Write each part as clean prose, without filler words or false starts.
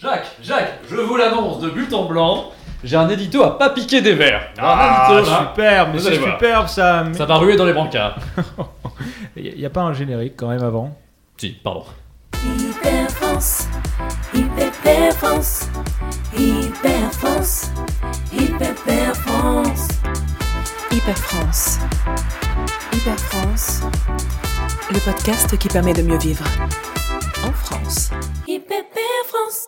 Jacques, je vous l'annonce de but en blanc, j'ai un édito à pas piquer des verres. Super, mais c'est superbe ça. Ça va ruer dans les brancards. Y a pas un générique quand même avant? Si, pardon. Hyper France, Hyper France, Hyper France, Hyper France, Hyper France. Hyper France, le podcast qui permet de mieux vivre en France. Hyper France.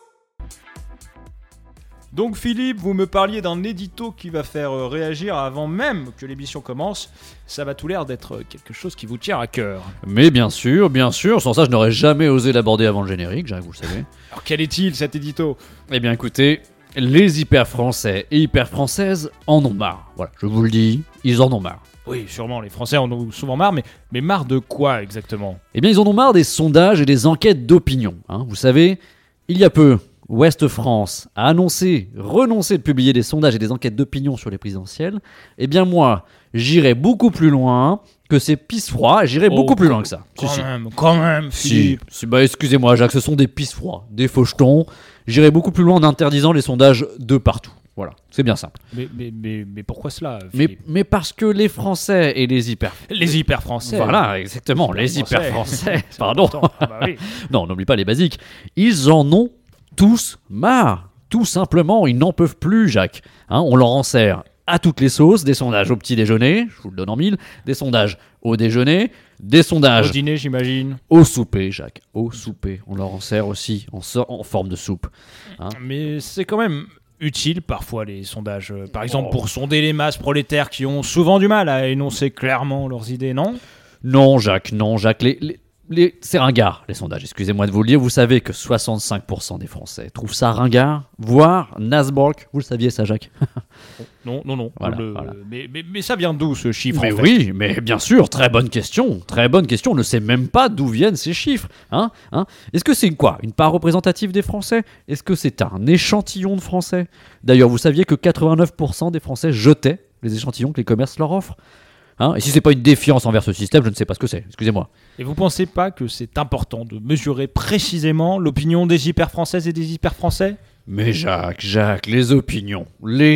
Donc Philippe, vous me parliez d'un édito qui va faire réagir avant même que l'émission commence. Ça va tout l'air d'être quelque chose qui vous tient à cœur. Mais bien sûr, sans ça je n'aurais jamais osé l'aborder avant le générique, Jacques, vous le savez. Alors quel est-il cet édito? Eh bien écoutez, les hyper français et hyper françaises en ont marre. Voilà, je vous le dis, ils en ont marre. Oui, sûrement, les Français en ont souvent marre, mais marre de quoi exactement? Eh bien ils en ont marre des sondages et des enquêtes d'opinion. Vous savez, il y a peu, Ouest France a renoncé de publier des sondages et des enquêtes d'opinion sur les présidentielles. Eh bien moi, j'irai beaucoup plus loin que ces pisse-froids, j'irai beaucoup plus loin que ça. Quand même, Philippe. Bah excusez-moi Jacques, ce sont des pisse-froids, des fauchetons. J'irai beaucoup plus loin en interdisant les sondages de partout. Voilà, c'est bien simple. Mais pourquoi cela, Philippe? Mais parce que les Français et les hyper... Les hyper français. Voilà, exactement, les hyper français. Pardon. Ah bah oui. Non, n'oublie pas les basiques. Ils en ont tous marre. Tout simplement, ils n'en peuvent plus, Jacques. On leur en sert à toutes les sauces, des sondages au petit déjeuner, je vous le donne en mille, des sondages au déjeuner, des sondages... Au dîner, j'imagine. Au souper, Jacques, au souper. On leur en sert aussi en forme de soupe. Mais c'est quand même utile parfois les sondages. Par exemple, pour sonder les masses prolétaires qui ont souvent du mal à énoncer clairement leurs idées, non? Non, Jacques. C'est ringard, les sondages. Excusez-moi de vous le dire. Vous savez que 65% des Français trouvent ça ringard, voire Nasbork. Vous le saviez, ça, Jacques? Non. Voilà. Mais ça vient d'où, ce chiffre, Mais en fait? oui, mais bien sûr, très bonne question. On ne sait même pas d'où viennent ces chiffres. Est-ce que c'est quoi? Une part représentative des Français? Est-ce que c'est un échantillon de Français? D'ailleurs, vous saviez que 89% des Français jetaient les échantillons que les commerces leur offrent? Et si c'est pas une défiance envers ce système, je ne sais pas ce que c'est. Excusez-moi. Et vous pensez pas que c'est important de mesurer précisément l'opinion des hyper françaises et des hyper français? Mais Jacques, les opinions.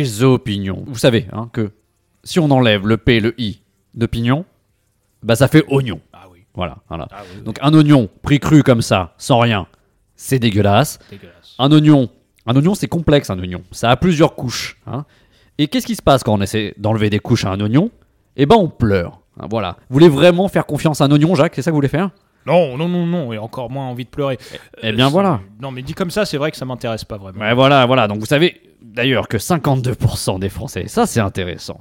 Vous savez que si on enlève le P et le I d'opinion, ça fait oignon. Ah oui. Voilà. Ah oui. Donc un oignon pris cru comme ça, sans rien, c'est dégueulasse. Un oignon, c'est complexe, un oignon. Ça a plusieurs couches. Et qu'est-ce qui se passe quand on essaie d'enlever des couches à un oignon? On pleure. Voilà. Vous voulez vraiment faire confiance à un oignon, Jacques? C'est ça que vous voulez faire? Non, et encore moins envie de pleurer. Eh bien voilà. Non, mais dit comme ça, c'est vrai que ça m'intéresse pas vraiment. Ouais, voilà. Donc vous savez d'ailleurs que 52% des Français, ça c'est intéressant,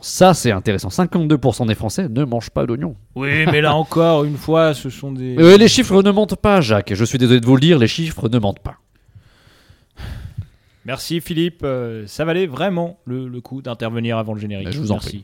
52% des Français ne mangent pas d'oignons. Oui, mais là encore, une fois, ce sont des... Les chiffres ne mentent pas, Jacques. Je suis désolé de vous le dire, les chiffres ne mentent pas. Merci Philippe, ça valait vraiment le coup d'intervenir avant le générique. Je vous en prie.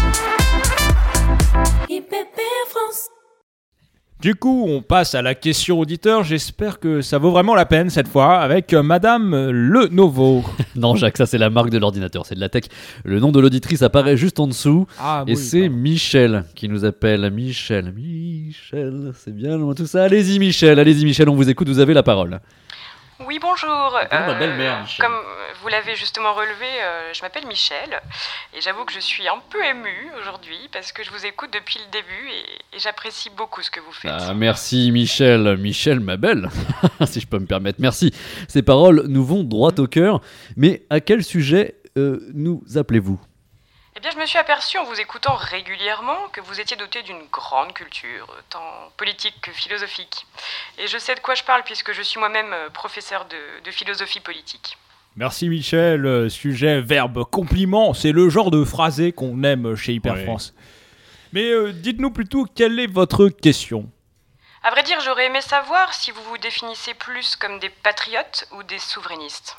Hyper France. Du coup, on passe à la question auditeur. J'espère que ça vaut vraiment la peine cette fois avec Madame Lenovo. Non, Jacques, ça c'est la marque de l'ordinateur, c'est de la tech. Le nom de l'auditrice apparaît juste en dessous. Et c'est pardon. Michel qui nous appelle. Michel, c'est bien loin tout ça. Allez-y Michel, on vous écoute, vous avez la parole. Oui, bonjour. Ma belle-mère, Michel. Comme vous l'avez justement relevé, je m'appelle Michel et j'avoue que je suis un peu émue aujourd'hui parce que je vous écoute depuis le début et j'apprécie beaucoup ce que vous faites. Merci Michel, ma belle, si je peux me permettre, merci. Ces paroles nous vont droit au cœur, mais à quel sujet nous appelez-vous ? Eh bien, je me suis aperçue en vous écoutant régulièrement que vous étiez doté d'une grande culture, tant politique que philosophique. Et je sais de quoi je parle puisque je suis moi-même professeur de philosophie politique. Merci Michel, sujet, verbe, compliment, c'est le genre de phrasé qu'on aime chez Hyper France. Mais dites-nous plutôt quelle est votre question. À vrai dire, j'aurais aimé savoir si vous vous définissez plus comme des patriotes ou des souverainistes.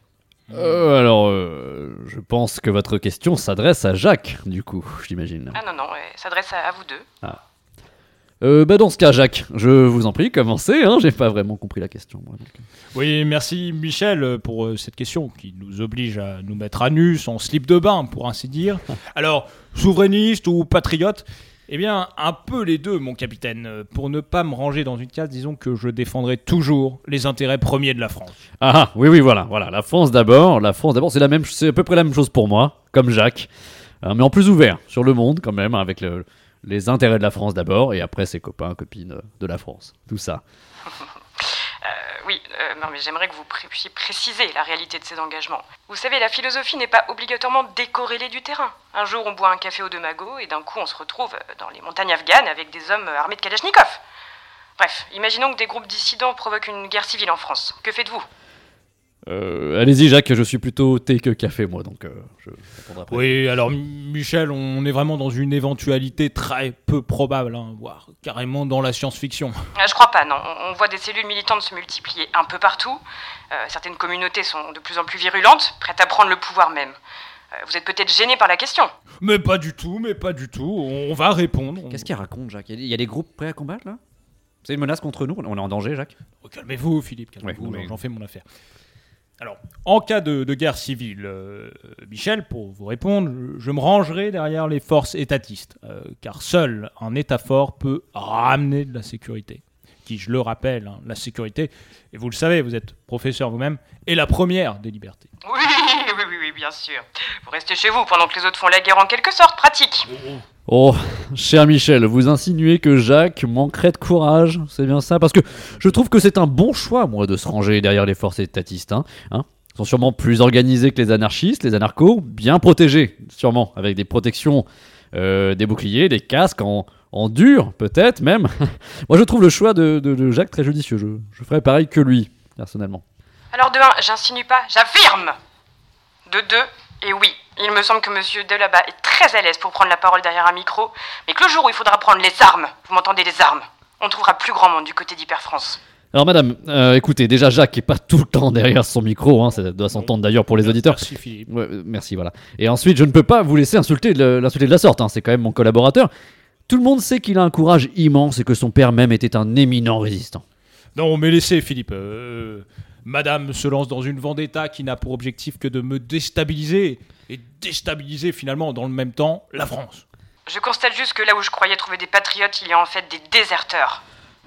Je pense que votre question s'adresse à Jacques, du coup, j'imagine. Ah non, elle s'adresse à vous Ah. deux. Dans ce cas, Jacques, je vous en prie, commencez, j'ai pas vraiment compris la question. Moi, donc. Oui, merci Michel pour cette question qui nous oblige à nous mettre à nu, sans slip de bain, pour ainsi dire. Alors, souverainiste ou patriote, Eh bien, un peu les deux, mon capitaine. Pour ne pas me ranger dans une case, disons que je défendrai toujours les intérêts premiers de la France. Ah, oui, voilà. La France d'abord, c'est à peu près la même chose pour moi, comme Jacques. Mais en plus ouvert sur le monde, quand même, avec les intérêts de la France d'abord, et après ses copains, copines de la France. Tout ça. Oui, non, mais j'aimerais que vous puissiez préciser la réalité de ces engagements. Vous savez, la philosophie n'est pas obligatoirement décorrélée du terrain. Un jour, on boit un café aux Deux Magots, et d'un coup, on se retrouve dans les montagnes afghanes avec des hommes armés de Kalachnikov. Bref, imaginons que des groupes dissidents provoquent une guerre civile en France. Que faites-vous ? Allez-y, Jacques, je suis plutôt thé que café, moi, donc je répondrai après. Oui, alors Michel, on est vraiment dans une éventualité très peu probable, voire carrément dans la science-fiction. Je crois pas, non. On voit des cellules militantes se multiplier un peu partout. Certaines communautés sont de plus en plus virulentes, prêtes à prendre le pouvoir même. Vous êtes peut-être gêné par la question. Mais pas du tout. On va répondre. Qu'est-ce qu'il raconte, Jacques ? Il y a des groupes prêts à combattre, là ? C'est une menace contre nous ? On est en danger, Jacques ? Oh, calmez-vous, Philippe, calmez-vous, Ouais, j'en fais mon affaire. Alors, en cas de guerre civile, Michel, pour vous répondre, je me rangerai derrière les forces étatistes, car seul un État fort peut ramener de la sécurité. Qui, je le rappelle, la sécurité, et vous le savez, vous êtes professeur vous-même, est la première des libertés. Oui, bien sûr. Vous restez chez vous pendant que les autres font la guerre en quelque sorte, pratique. Oh, cher Michel, vous insinuez que Jacques manquerait de courage, c'est bien ça ? Parce que je trouve que c'est un bon choix, moi, de se ranger derrière les forces étatistes. Ils sont sûrement plus organisés que les anarchistes, les anarchos, bien protégés, sûrement, avec des protections, des boucliers, des casques en dur, peut-être même. Moi, je trouve le choix de Jacques très judicieux. Je ferais pareil que lui, personnellement. Alors de 1, j'insinue pas, j'affirme. De 2, et oui, il me semble que monsieur Delabat est très à l'aise pour prendre la parole derrière un micro, mais que le jour où il faudra prendre les armes, vous m'entendez, les armes, on trouvera plus grand monde du côté d'Hyperfrance. Alors madame, écoutez, déjà Jacques est pas tout le temps derrière son micro, ça doit s'entendre d'ailleurs pour les auditeurs. Merci Philippe. Ouais, merci, voilà. Et ensuite, je ne peux pas vous laisser l'insulter de la sorte, c'est quand même mon collaborateur. Tout le monde sait qu'il a un courage immense et que son père même était un éminent résistant. Non, mais laissez Philippe. Madame se lance dans une vendetta qui n'a pour objectif que de me déstabiliser, et déstabiliser finalement dans le même temps la France. Je constate juste que là où je croyais trouver des patriotes, il y a en fait des déserteurs.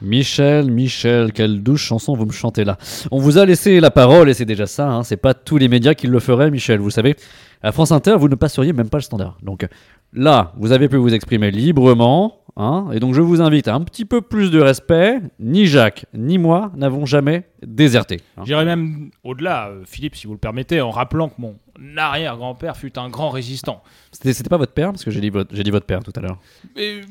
Michel, quelle douce chanson vous me chantez là. On vous a laissé la parole et c'est déjà ça, c'est pas tous les médias qui le feraient, Michel, vous savez. À France Inter, vous ne passeriez même pas le standard. Donc là, vous avez pu vous exprimer librement, et donc je vous invite à un petit peu plus de respect. Ni Jacques, ni moi n'avons jamais déserté. J'irais même au-delà, Philippe, si vous le permettez, en rappelant que mon arrière-grand-père fut un grand résistant. C'était pas votre père, parce que j'ai dit votre père tout à l'heure. Mais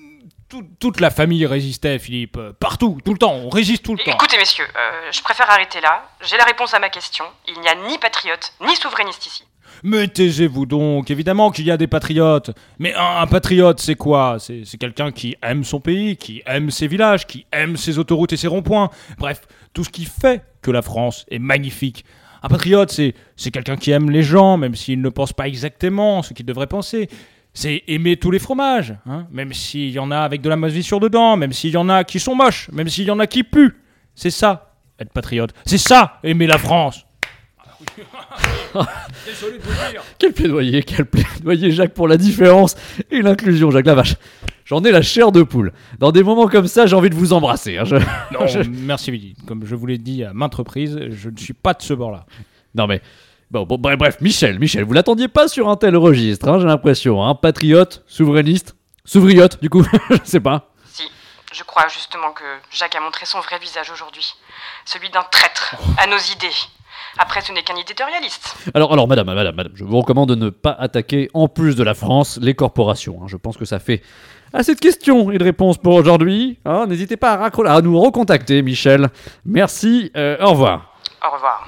toute la famille résistait, Philippe. Partout, tout le temps, on résiste tout le temps. Écoutez, messieurs, je préfère arrêter là. J'ai la réponse à ma question. Il n'y a ni patriote, ni souverainiste ici. Mais taisez-vous donc, évidemment qu'il y a des patriotes. Mais un patriote, c'est quoi ? C'est quelqu'un qui aime son pays, qui aime ses villages, qui aime ses autoroutes et ses ronds-points. Bref, tout ce qui fait que la France est magnifique. Un patriote, c'est quelqu'un qui aime les gens, même s'il ne pense pas exactement ce qu'il devrait penser. C'est aimer tous les fromages, même s'il y en a avec de la moisissure dedans, même s'il y en a qui sont moches, même s'il y en a qui puent. C'est ça, être patriote. C'est ça, aimer la France. Désolé de vous dire. Quel plaidoyer, Jacques, pour la différence et l'inclusion, Jacques, la vache. J'en ai la chair de poule. Dans des moments comme ça, j'ai envie de vous embrasser. Non, merci Willy. Comme je vous l'ai dit à maintes reprises, je ne suis pas de ce bord-là. Non mais, bref, Michel, vous l'attendiez pas sur un tel registre, j'ai l'impression. Patriote, souverainiste, souvriote, du coup, je sais pas. Si, je crois justement que Jacques a montré son vrai visage aujourd'hui. Celui d'un traître à nos idées. Après, ce n'est qu'un éditorialiste. Alors, madame, je vous recommande de ne pas attaquer, en plus de la France, les corporations. Je pense que ça fait assez de questions et de réponses pour aujourd'hui. N'hésitez pas à nous recontacter, Michel. Merci, au revoir. Au revoir.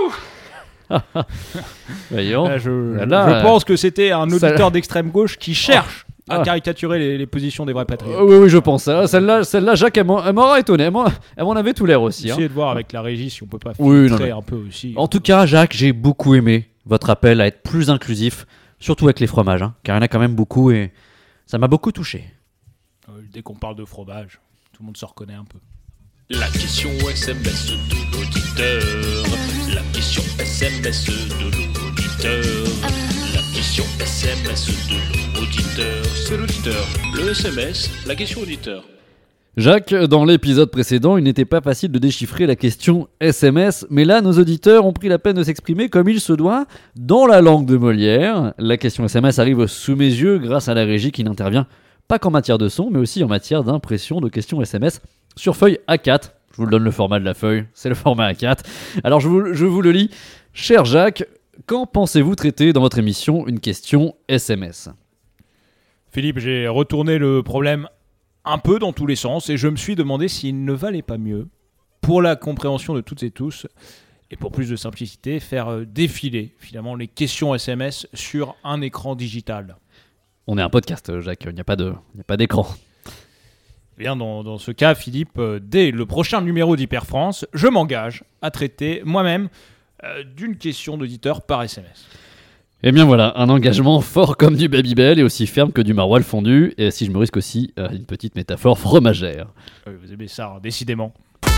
Voyons. Je pense que c'était un auditeur d'extrême gauche qui cherche à caricaturer les positions des vrais patriotes. Oui, je pense. Celle-là, Jacques, elle m'aura étonné. Elle m'en avait tout l'air aussi. Essayez de voir avec la régie si on peut pas filtrer un peu aussi. En tout cas, Jacques, j'ai beaucoup aimé votre appel à être plus inclusif, surtout avec les fromages, car il y en a quand même beaucoup et ça m'a beaucoup touché. Dès qu'on parle de fromage, tout le monde se reconnaît un peu. La question SMS de l'auditeur. La question SMS de l'auditeur. La question SMS de l'auditeur. auditeur, c'est l'auditeur. Le SMS, la question auditeur. Jacques, dans l'épisode précédent, il n'était pas facile de déchiffrer la question SMS, mais là, nos auditeurs ont pris la peine de s'exprimer comme il se doit, dans la langue de Molière. La question SMS arrive sous mes yeux grâce à la régie qui n'intervient pas qu'en matière de son, mais aussi en matière d'impression de questions SMS sur feuille A4. Je vous le donne le format de la feuille, c'est le format A4. Alors je vous le lis. Cher Jacques, quand pensez-vous traiter dans votre émission une question SMS ? Philippe, j'ai retourné le problème un peu dans tous les sens et je me suis demandé s'il ne valait pas mieux, pour la compréhension de toutes et tous, et pour plus de simplicité, faire défiler finalement les questions SMS sur un écran digital. On est un podcast, Jacques, il n'y a pas d'écran. Eh bien, dans ce cas, Philippe, dès le prochain numéro d'Hyper France, je m'engage à traiter moi-même d'une question d'auditeur par SMS. Eh bien voilà, un engagement fort comme du Babybel et aussi ferme que du maroilles fondu, et si je me risque aussi une petite métaphore fromagère. Vous aimez ça, hein, décidément.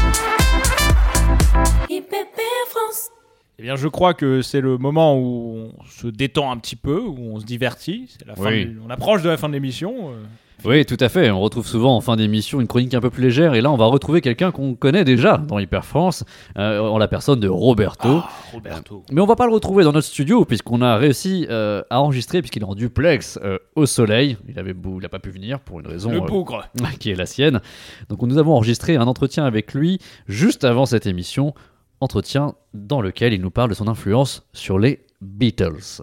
Hyper France. Eh bien, je crois que c'est le moment où on se détend un petit peu, où on se divertit. C'est la fin on approche de la fin de l'émission. Oui, tout à fait. On retrouve souvent en fin d'émission une chronique un peu plus légère, et là, on va retrouver quelqu'un qu'on connaît déjà dans Hyper France, en la personne de Roberto. Roberto. Mais on va pas le retrouver dans notre studio, puisqu'on a réussi à enregistrer, puisqu'il est en duplex au soleil. Il a pas pu venir pour une raison Le bougre. qui est la sienne. Donc nous avons enregistré un entretien avec lui juste avant cette émission, entretien dans lequel il nous parle de son influence sur les Beatles.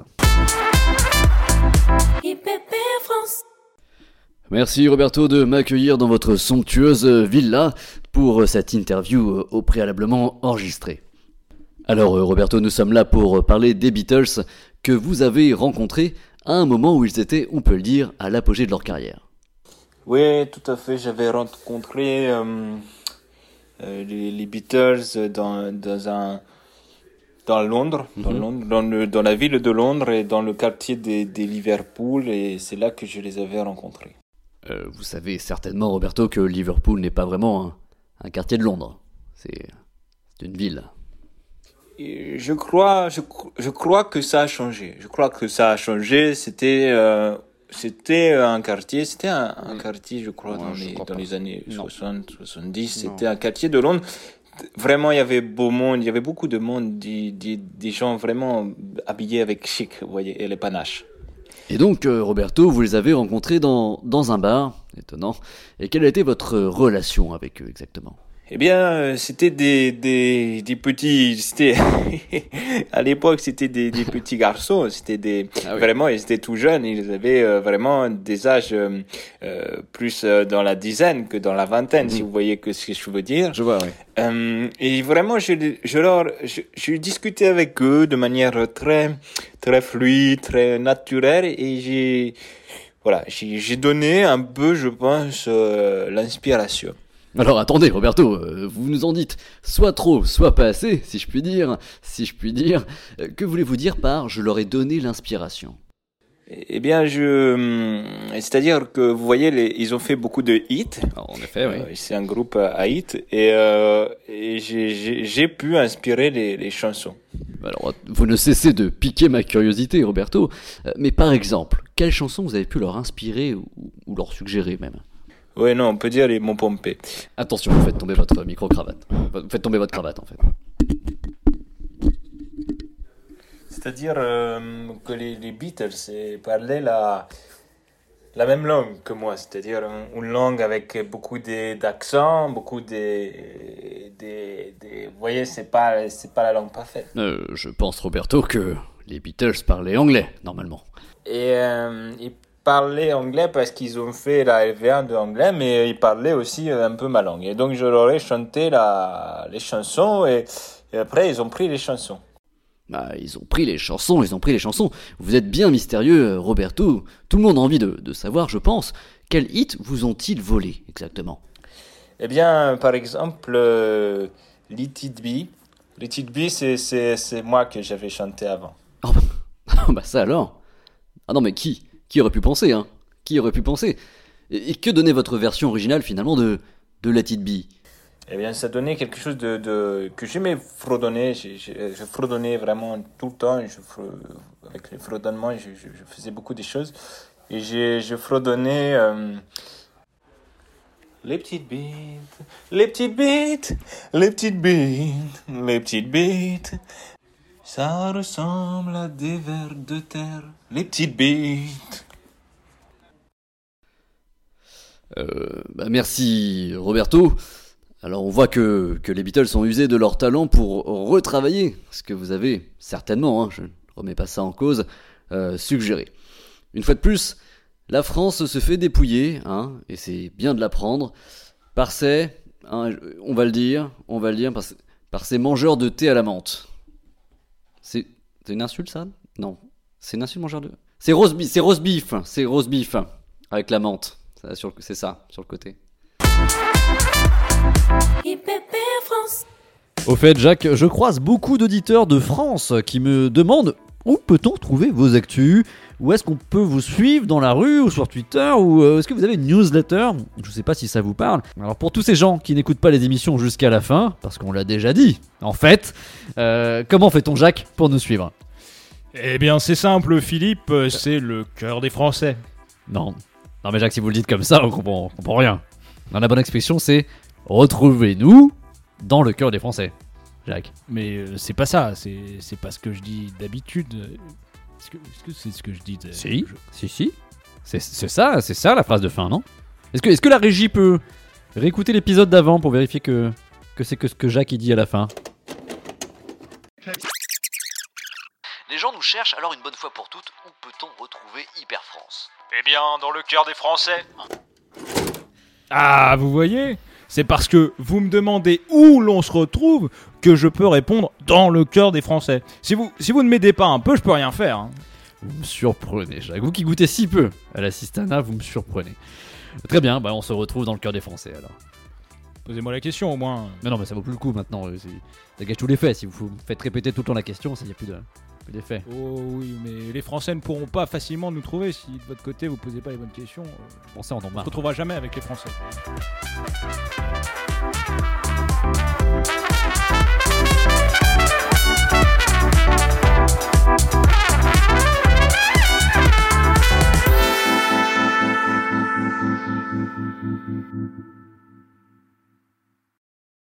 Hyper France. Merci Roberto de m'accueillir dans votre somptueuse villa pour cette interview au préalablement enregistrée. Alors Roberto, nous sommes là pour parler des Beatles que vous avez rencontrés à un moment où ils étaient, on peut le dire, à l'apogée de leur carrière. Oui, tout à fait. J'avais rencontré les Beatles dans Londres, dans la ville de Londres et dans le quartier de Liverpool, et c'est là que je les avais rencontrés. Vous savez certainement, Roberto, que Liverpool n'est pas vraiment un quartier de Londres. C'est une ville. Et je crois que ça a changé. C'était un quartier, je crois, dans les années 60, 70. C'était un quartier de Londres. Vraiment, il y avait beau monde, il y avait beaucoup de monde, des gens vraiment habillés avec chic, vous voyez, et les panaches. Et donc, Roberto, vous les avez rencontrés dans un bar, étonnant. Et quelle a été votre relation avec eux exactement ? Eh bien, c'était des petits, à l'époque, c'était des petits garçons, vraiment, ils étaient tout jeunes, ils avaient vraiment des âges plus dans la dizaine que dans la vingtaine, si vous voyez ce que je veux dire. Je vois, oui. Et vraiment, je discutais avec eux de manière très, très fluide, très naturelle, et j'ai donné un peu, je pense, l'inspiration. Alors attendez, Roberto, vous nous en dites soit trop, soit pas assez, si je puis dire. Que voulez-vous dire par « je leur ai donné l'inspiration » ? Eh bien, c'est-à-dire que vous voyez, ils ont fait beaucoup de hits. En effet, oui. C'est un groupe à hits, et j'ai pu inspirer les chansons. Alors, vous ne cessez de piquer ma curiosité, Roberto. Mais par exemple, quelles chansons vous avez pu leur inspirer ou leur suggérer même ? Oui, non, on peut dire les mots pompés. Attention, vous faites tomber votre micro-cravate. Vous faites tomber votre cravate, en fait. C'est-à-dire que les Beatles parlaient la même langue que moi, c'est-à-dire une langue avec beaucoup d'accents, beaucoup vous voyez, c'est pas la langue parfaite. Je pense, Roberto, que les Beatles parlaient anglais, normalement. Et ils parlaient anglais parce qu'ils ont fait la LV1 de anglais, mais ils parlaient aussi un peu ma langue. Et donc je leur ai chanté les chansons, et après ils ont pris les chansons. Ils ont pris les chansons. Vous êtes bien mystérieux, Roberto. Tout le monde a envie de savoir, je pense. Quels hits vous ont-ils volé, exactement ? Eh bien, par exemple, Let It Be. Let It Be, c'est moi que j'avais chanté avant. Oh, bah ça alors. Ah non, mais qui aurait pu penser, hein ? Qui aurait pu penser ? Et que donnait votre version originale, finalement, de Let It Be ? Eh bien, ça donnait quelque chose que j'aimais fredonner. Je fredonnais vraiment tout le temps. Avec le fredonnement, je faisais beaucoup de choses. Et je fredonnais les petites bites, les petites bites, les petites bites, les petites bites. Ça ressemble à des vers de terre, les petites bites. Merci Roberto. Alors on voit que les Beatles ont usé de leur talent pour retravailler ce que vous avez certainement, je ne remets pas ça en cause, suggéré. Une fois de plus, la France se fait dépouiller, et c'est bien de l'apprendre, par ces, on va le dire, par ces mangeurs de thé à la menthe. C'est une insulte ça ? Non, c'est une insulte mangeur de... C'est roast beef, avec la menthe. C'est ça, sur le côté. IPP France. Au fait, Jacques, je croise beaucoup d'auditeurs de France qui me demandent où peut-on trouver vos actus ? Où est-ce qu'on peut vous suivre dans la rue ou sur Twitter ? Ou est-ce que vous avez une newsletter ? Je ne sais pas si ça vous parle. Alors pour tous ces gens qui n'écoutent pas les émissions jusqu'à la fin, parce qu'on l'a déjà dit, en fait, comment fait-on, Jacques, pour nous suivre ? Eh bien, c'est simple, Philippe, c'est le cœur des Français. Non mais Jacques, si vous le dites comme ça, on comprend rien. Dans la bonne expression, c'est « Retrouvez-nous dans le cœur des Français ». Jacques. Mais c'est pas ça, c'est pas ce que je dis d'habitude. Est-ce que c'est ce que je dis Si. C'est ça la phrase de fin, non ? Est-ce que la régie peut réécouter l'épisode d'avant pour vérifier que c'est que ce que Jacques il dit à la fin ? Les gens nous cherchent, alors une bonne fois pour toutes, où peut-on retrouver Hyper France ? Eh bien, dans le cœur des Français. Ah, vous voyez ? C'est parce que vous me demandez où l'on se retrouve que je peux répondre dans le cœur des Français. Si vous ne m'aidez pas un peu, je peux rien faire. Vous me surprenez, Jacques. Vous qui goûtez si peu à l'assistanat, vous me surprenez. Très bien, on se retrouve dans le cœur des Français alors. Posez-moi la question au moins. Mais non, mais ça vaut plus le coup maintenant. Ça gâche tous les faits. Si vous me faites répéter tout le temps la question, il n'y a plus d'effet. Oh oui, mais les Français ne pourront pas facilement nous trouver si de votre côté vous posez pas les bonnes questions. Français en ont marre. On se retrouvera jamais avec les Français.